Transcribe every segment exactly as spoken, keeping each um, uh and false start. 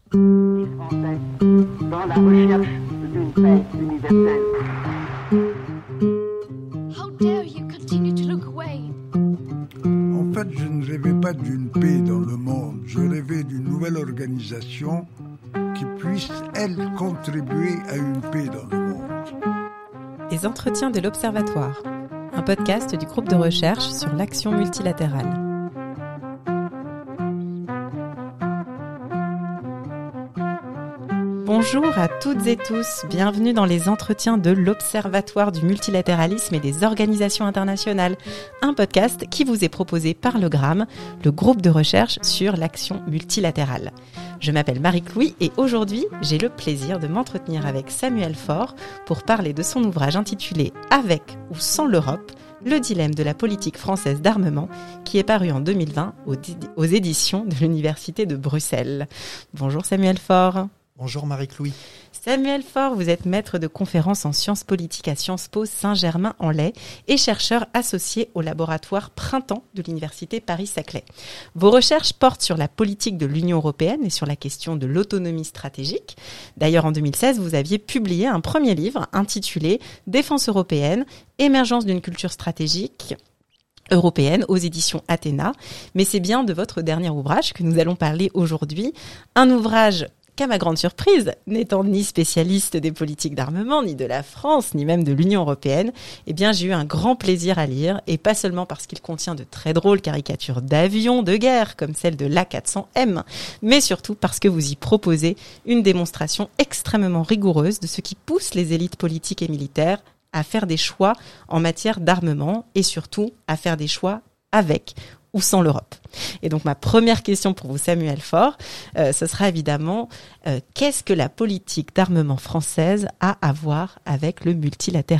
Les Français, dans la recherche d'une paix universelle. How dare you continue to look away? En fait, je ne rêvais pas d'une paix dans le monde. Je rêvais d'une nouvelle organisation qui puisse, elle, contribuer à une paix dans le monde. Les entretiens de l'Observatoire, un podcast du groupe de recherche sur l'action multilatérale. Bonjour à toutes et tous, bienvenue dans les entretiens de l'Observatoire du multilatéralisme et des organisations internationales, un podcast qui vous est proposé par le GRAM, le groupe de recherche sur l'action multilatérale. Je m'appelle Marie-Chlouy et aujourd'hui, j'ai le plaisir de m'entretenir avec Samuel Faure pour parler de son ouvrage intitulé « Avec ou sans l'Europe ?» le dilemme de la politique française d'armement, qui est paru en deux mille vingt aux, aux éditions de l'Université de Bruxelles. Bonjour Samuel Faure. Bonjour Marie-Chlouy. Samuel Faure, vous êtes maître de conférences en sciences politiques à Sciences Po Saint-Germain-en-Laye et chercheur associé au laboratoire Printemps de l'Université Paris-Saclay. Vos recherches portent sur la politique de l'Union européenne et sur la question de l'autonomie stratégique. D'ailleurs, en deux mille seize, vous aviez publié un premier livre intitulé « Défense européenne, émergence d'une culture stratégique » européenne aux éditions Athéna. Mais c'est bien de votre dernier ouvrage que nous allons parler aujourd'hui. Un ouvrage qu'à ma grande surprise, n'étant ni spécialiste des politiques d'armement, ni de la France, ni même de l'Union européenne, eh bien, j'ai eu un grand plaisir à lire, et pas seulement parce qu'il contient de très drôles caricatures d'avions de guerre, comme celle de l'A quatre cents M, mais surtout parce que vous y proposez une démonstration extrêmement rigoureuse de ce qui pousse les élites politiques et militaires à faire des choix en matière d'armement, et surtout à faire des choix avec ou sans l'Europe. Et donc ma première question pour vous, Samuel Faure, euh, ce sera évidemment euh, qu'est-ce que la politique d'armement française a à voir avec le multilatéralisme ?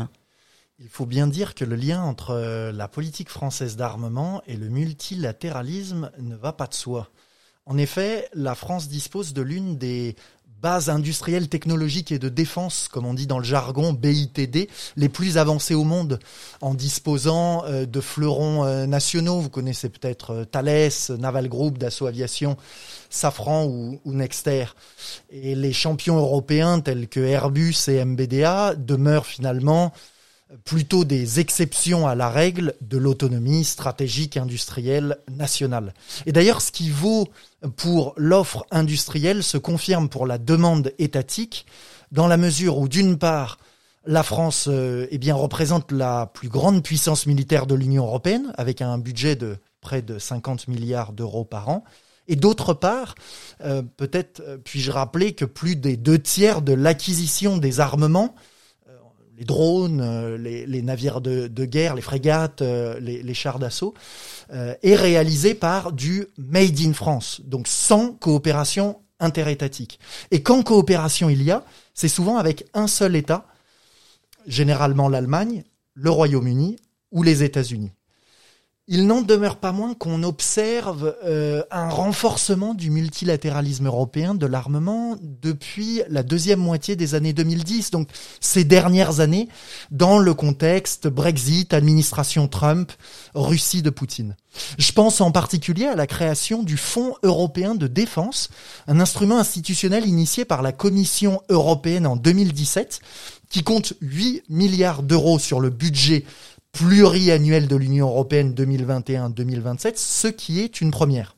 Il faut bien dire que le lien entre la politique française d'armement et le multilatéralisme ne va pas de soi. En effet, la France dispose de l'une des bases industrielles, technologiques et de défense, comme on dit dans le jargon, B I T D, les plus avancées au monde, en disposant euh, de fleurons euh, nationaux. Vous connaissez peut-être euh, Thales, Naval Group, Dassault Aviation, Safran ou, ou Nexter. Et les champions européens tels que Airbus et M B D A demeurent finalement plutôt des exceptions à la règle de l'autonomie stratégique industrielle nationale. Et d'ailleurs, ce qui vaut pour l'offre industrielle se confirme pour la demande étatique, dans la mesure où, d'une part, la France euh, eh bien, représente la plus grande puissance militaire de l'Union européenne, avec un budget de près de cinquante milliards d'euros par an, et d'autre part, euh, peut-être euh, puis-je rappeler que plus des deux tiers de l'acquisition des armements, les drones, les, les navires de, de guerre, les frégates, les, les chars d'assaut, euh, est réalisé par du Made in France, donc sans coopération interétatique. Et quand coopération il y a, c'est souvent avec un seul État, généralement l'Allemagne, le Royaume-Uni ou les États-Unis. Il n'en demeure pas moins qu'on observe euh, un renforcement du multilatéralisme européen de l'armement depuis la deuxième moitié des années deux mille dix, donc ces dernières années, dans le contexte Brexit, administration Trump, Russie de Poutine. Je pense en particulier à la création du Fonds européen de défense, un instrument institutionnel initié par la Commission européenne en deux mille dix-sept, qui compte huit milliards d'euros sur le budget pluriannuel de l'Union européenne deux mille vingt et un deux mille vingt-sept, ce qui est une première.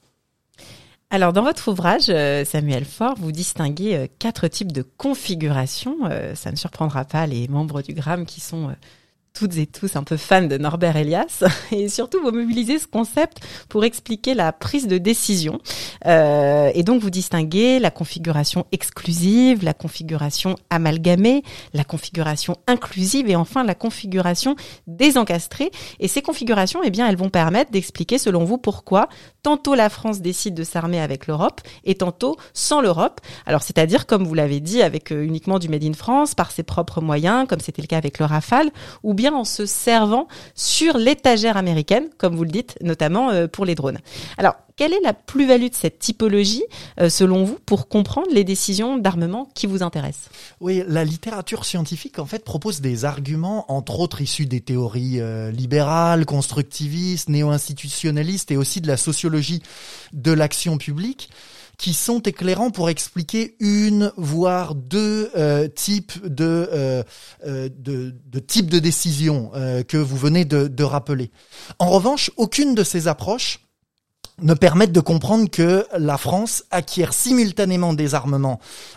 Alors, dans votre ouvrage, Samuel Faure, vous distinguez quatre types de configurations. Ça ne surprendra pas les membres du GRAM qui sont toutes et tous un peu fans de Norbert Elias, et surtout vous mobilisez ce concept pour expliquer la prise de décision. Euh, et donc vous distinguez la configuration exclusive, la configuration amalgamée, la configuration inclusive et enfin la configuration désencastrée. Et ces configurations, eh bien, elles vont permettre d'expliquer selon vous pourquoi tantôt la France décide de s'armer avec l'Europe et tantôt sans l'Europe. Alors c'est-à-dire, comme vous l'avez dit, avec euh, uniquement du Made in France, par ses propres moyens, comme c'était le cas avec le Rafale, ou bien en se servant sur l'étagère américaine, comme vous le dites, notamment euh, pour les drones. Alors, quelle est la plus-value de cette typologie, euh, selon vous, pour comprendre les décisions d'armement qui vous intéressent ? Oui, la littérature scientifique, en fait, propose des arguments, entre autres issus des théories euh, libérales, constructivistes, néo-institutionnalistes et aussi de la sociologie de l'action publique, qui sont éclairants pour expliquer une, voire deux euh, types de, euh, euh, de, de types de décisions euh, que vous venez de, de rappeler. En revanche, aucune de ces approches ne permettent de comprendre que la France acquiert simultanément des armements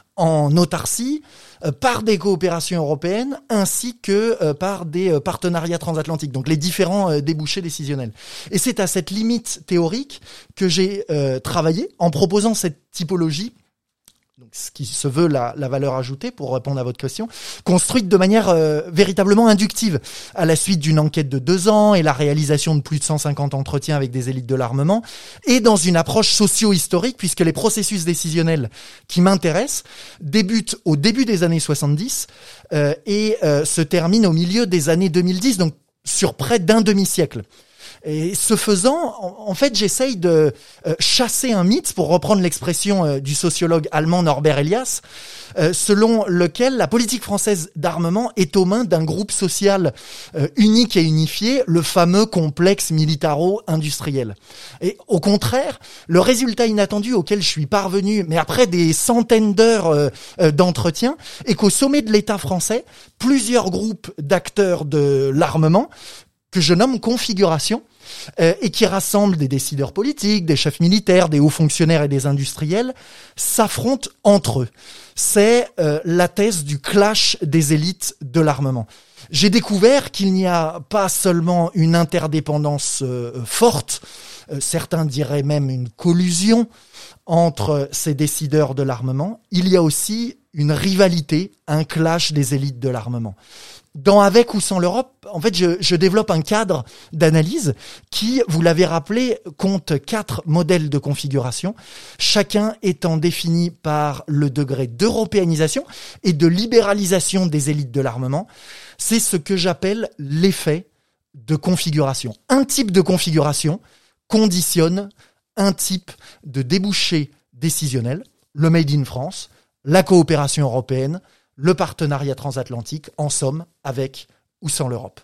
en autarcie, euh, par des coopérations européennes, ainsi que euh, par des euh, partenariats transatlantiques, donc les différents euh, débouchés décisionnels. Et c'est à cette limite théorique que j'ai euh, travaillé en proposant cette typologie, donc ce qui se veut la, la valeur ajoutée pour répondre à votre question, construite de manière euh, véritablement inductive, à la suite d'une enquête de deux ans et la réalisation de plus de cent cinquante entretiens avec des élites de l'armement, et dans une approche socio-historique, puisque les processus décisionnels qui m'intéressent débutent au début des années soixante-dix euh, et euh, se terminent au milieu des années deux mille dix, donc sur près d'un demi-siècle. Et ce faisant, en fait, j'essaye de euh, chasser un mythe, pour reprendre l'expression euh, du sociologue allemand Norbert Elias, euh, selon lequel la politique française d'armement est aux mains d'un groupe social euh, unique et unifié, le fameux complexe militaro-industriel. Et au contraire, le résultat inattendu auquel je suis parvenu, mais après des centaines d'heures euh, euh, d'entretien, est qu'au sommet de l'État français, plusieurs groupes d'acteurs de l'armement, que je nomme configuration, euh, et qui rassemble des décideurs politiques, des chefs militaires, des hauts fonctionnaires et des industriels, s'affrontent entre eux. C'est euh, la thèse du clash des élites de l'armement. J'ai découvert qu'il n'y a pas seulement une interdépendance euh, forte, euh, certains diraient même une collusion entre ces décideurs de l'armement, il y a aussi une rivalité, un clash des élites de l'armement. Dans Avec ou sans l'Europe, en fait, je, je développe un cadre d'analyse qui, vous l'avez rappelé, compte quatre modèles de configuration, chacun étant défini par le degré d'européanisation et de libéralisation des élites de l'armement. C'est ce que j'appelle l'effet de configuration. Un type de configuration conditionne un type de débouché décisionnel, le Made in France, la coopération européenne, le partenariat transatlantique, en somme, avec ou sans l'Europe.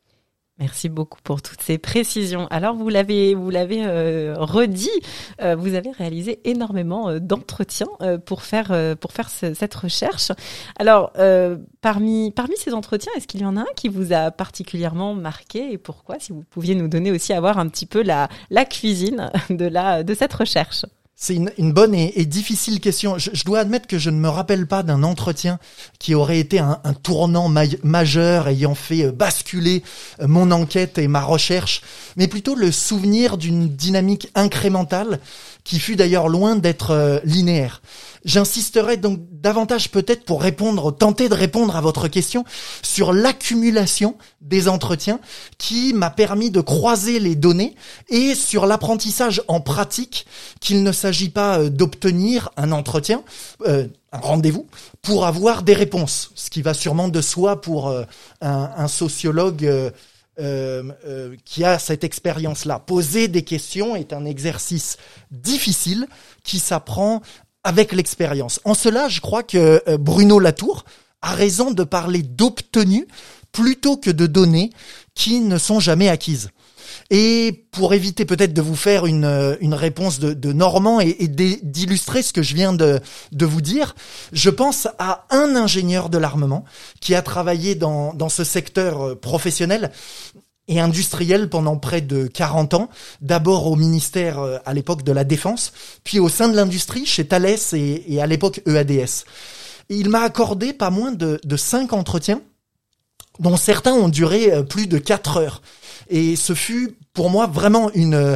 Merci beaucoup pour toutes ces précisions. Alors, vous l'avez, vous l'avez euh, redit, euh, vous avez réalisé énormément euh, d'entretiens euh, pour faire, euh, pour faire ce, cette recherche. Alors, euh, parmi, parmi ces entretiens, est-ce qu'il y en a un qui vous a particulièrement marqué, et pourquoi? Si vous pouviez nous donner aussi, avoir un petit peu la, la cuisine de, la, de cette recherche. C'est une, une bonne et, et difficile question. Je, je dois admettre que je ne me rappelle pas d'un entretien qui aurait été un, un tournant ma- majeur ayant fait basculer mon enquête et ma recherche, mais plutôt le souvenir d'une dynamique incrémentale qui fut d'ailleurs loin d'être euh, linéaire. J'insisterai donc davantage peut-être pour répondre, tenter de répondre à votre question sur l'accumulation des entretiens qui m'a permis de croiser les données et sur l'apprentissage en pratique qu'il ne s'agit pas d'obtenir un entretien, euh, un rendez-vous, pour avoir des réponses, ce qui va sûrement de soi pour euh, un, un sociologue euh, Euh, euh, qui a cette expérience-là. Poser des questions est un exercice difficile qui s'apprend avec l'expérience. En cela, je crois que euh, Bruno Latour a raison de parler d'obtenus plutôt que de données qui ne sont jamais acquises. Et pour éviter peut-être de vous faire une, une réponse de, de Normand et, et d'illustrer ce que je viens de, de vous dire, je pense à un ingénieur de l'armement qui a travaillé dans, dans ce secteur professionnel et industriel pendant près de quarante ans, d'abord au ministère à l'époque de la Défense, puis au sein de l'industrie chez Thales et, et à l'époque E A D S. Et il m'a accordé pas moins de, de cinq entretiens, dont certains ont duré plus de quatre heures. Et ce fut pour moi vraiment une,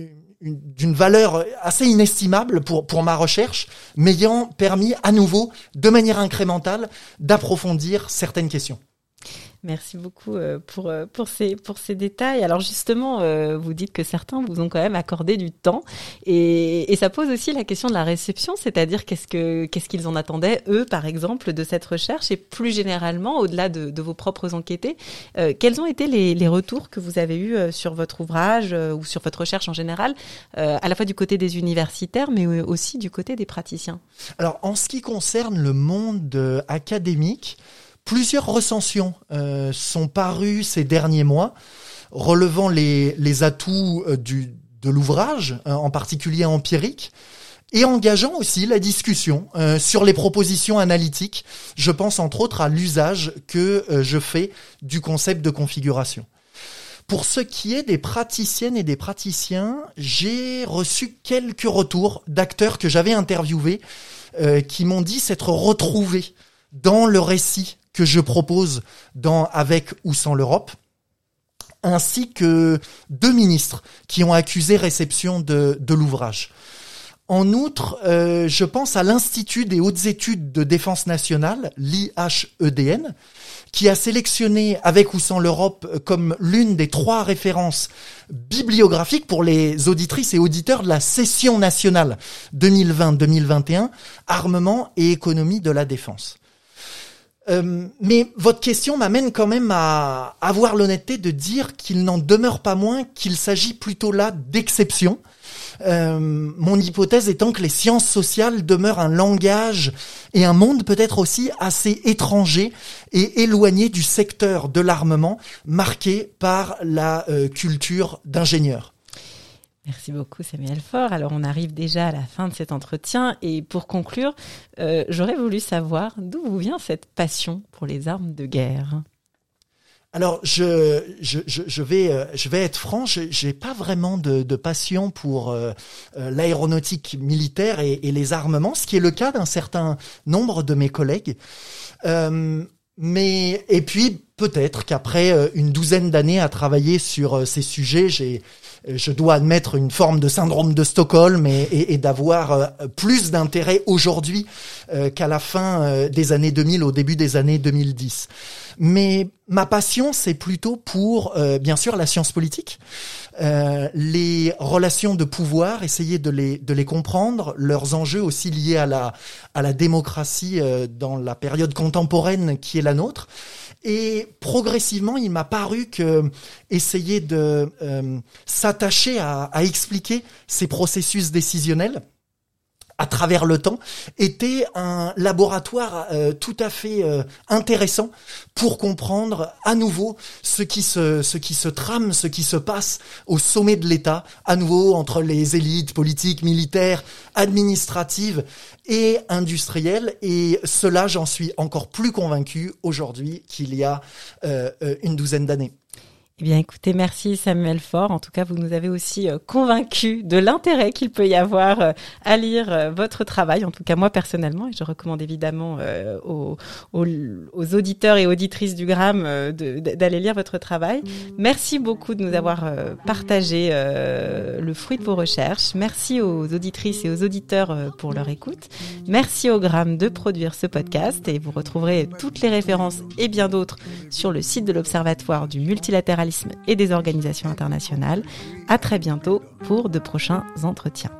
une d'une valeur assez inestimable pour pour ma recherche, m'ayant permis à nouveau, de manière incrémentale, d'approfondir certaines questions. Merci beaucoup pour pour ces pour ces détails. Alors justement, vous dites que certains vous ont quand même accordé du temps, et et ça pose aussi la question de la réception, c'est-à-dire qu'est-ce que qu'est-ce qu'ils en attendaient eux, par exemple, de cette recherche, et plus généralement, au-delà de de vos propres enquêtés, euh, quels ont été les les retours que vous avez eus sur votre ouvrage euh, ou sur votre recherche en général, euh, à la fois du côté des universitaires, mais aussi du côté des praticiens? Alors, en ce qui concerne le monde euh, académique, plusieurs recensions euh, sont parues ces derniers mois, relevant les, les atouts euh, du, de l'ouvrage, euh, en particulier empirique, et engageant aussi la discussion euh, sur les propositions analytiques. Je pense entre autres à l'usage que euh, je fais du concept de configuration. Pour ce qui est des praticiennes et des praticiens, j'ai reçu quelques retours d'acteurs que j'avais interviewés euh, qui m'ont dit s'être retrouvés dans le récit que je propose dans Avec ou sans l'Europe, ainsi que deux ministres qui ont accusé réception de, de l'ouvrage. En outre, euh, je pense à l'Institut des hautes études de défense nationale, l'I H E D N, qui a sélectionné Avec ou sans l'Europe comme l'une des trois références bibliographiques pour les auditrices et auditeurs de la session nationale deux mille vingt deux mille vingt et un, armement et économie de la défense. Euh, mais votre question m'amène quand même à avoir l'honnêteté de dire qu'il n'en demeure pas moins qu'il s'agit plutôt là d'exceptions. Euh, mon hypothèse étant que les sciences sociales demeurent un langage et un monde peut-être aussi assez étranger et éloigné du secteur de l'armement, marqué par la euh, culture d'ingénieur. Merci beaucoup Samuel Faure. Alors on arrive déjà à la fin de cet entretien et pour conclure, euh, j'aurais voulu savoir d'où vous vient cette passion pour les armes de guerre. Alors je je je, je vais euh, je vais être franc, je, j'ai pas vraiment de, de passion pour euh, euh, l'aéronautique militaire et, et les armements, ce qui est le cas d'un certain nombre de mes collègues. Euh, mais et puis peut-être qu'après euh, une douzaine d'années à travailler sur euh, ces sujets, j'ai je dois admettre une forme de syndrome de Stockholm et, et, et d'avoir euh, plus d'intérêt aujourd'hui euh, qu'à la fin euh, des années deux mille, au début des années deux mille dix. Mais ma passion, c'est plutôt pour, euh, bien sûr, la science politique, euh, les relations de pouvoir, essayer de les de les comprendre, leurs enjeux aussi liés à la à la démocratie euh, dans la période contemporaine qui est la nôtre. Et progressivement, il m'a paru que essayer de euh, s'attacher à, à expliquer ces processus décisionnels à travers le temps était un laboratoire euh, tout à fait euh, intéressant pour comprendre à nouveau ce qui se ce qui se trame, ce qui se passe au sommet de l'État, à nouveau entre les élites politiques, militaires, administratives et industrielles. Et cela, j'en suis encore plus convaincu aujourd'hui qu'il y a euh, une douzaine d'années. Eh bien, écoutez, merci Samuel Faure. En tout cas, vous nous avez aussi euh, convaincus de l'intérêt qu'il peut y avoir euh, à lire euh, votre travail. En tout cas, moi personnellement, et je recommande évidemment euh, aux, aux, aux auditeurs et auditrices du Gramme euh, de, d'aller lire votre travail. Merci beaucoup de nous avoir euh, partagé euh, le fruit de vos recherches. Merci aux auditrices et aux auditeurs euh, pour leur écoute. Merci au Gramme de produire ce podcast et vous retrouverez toutes les références et bien d'autres sur le site de l'Observatoire du multilatéralisme et des organisations internationales. À très bientôt pour de prochains entretiens.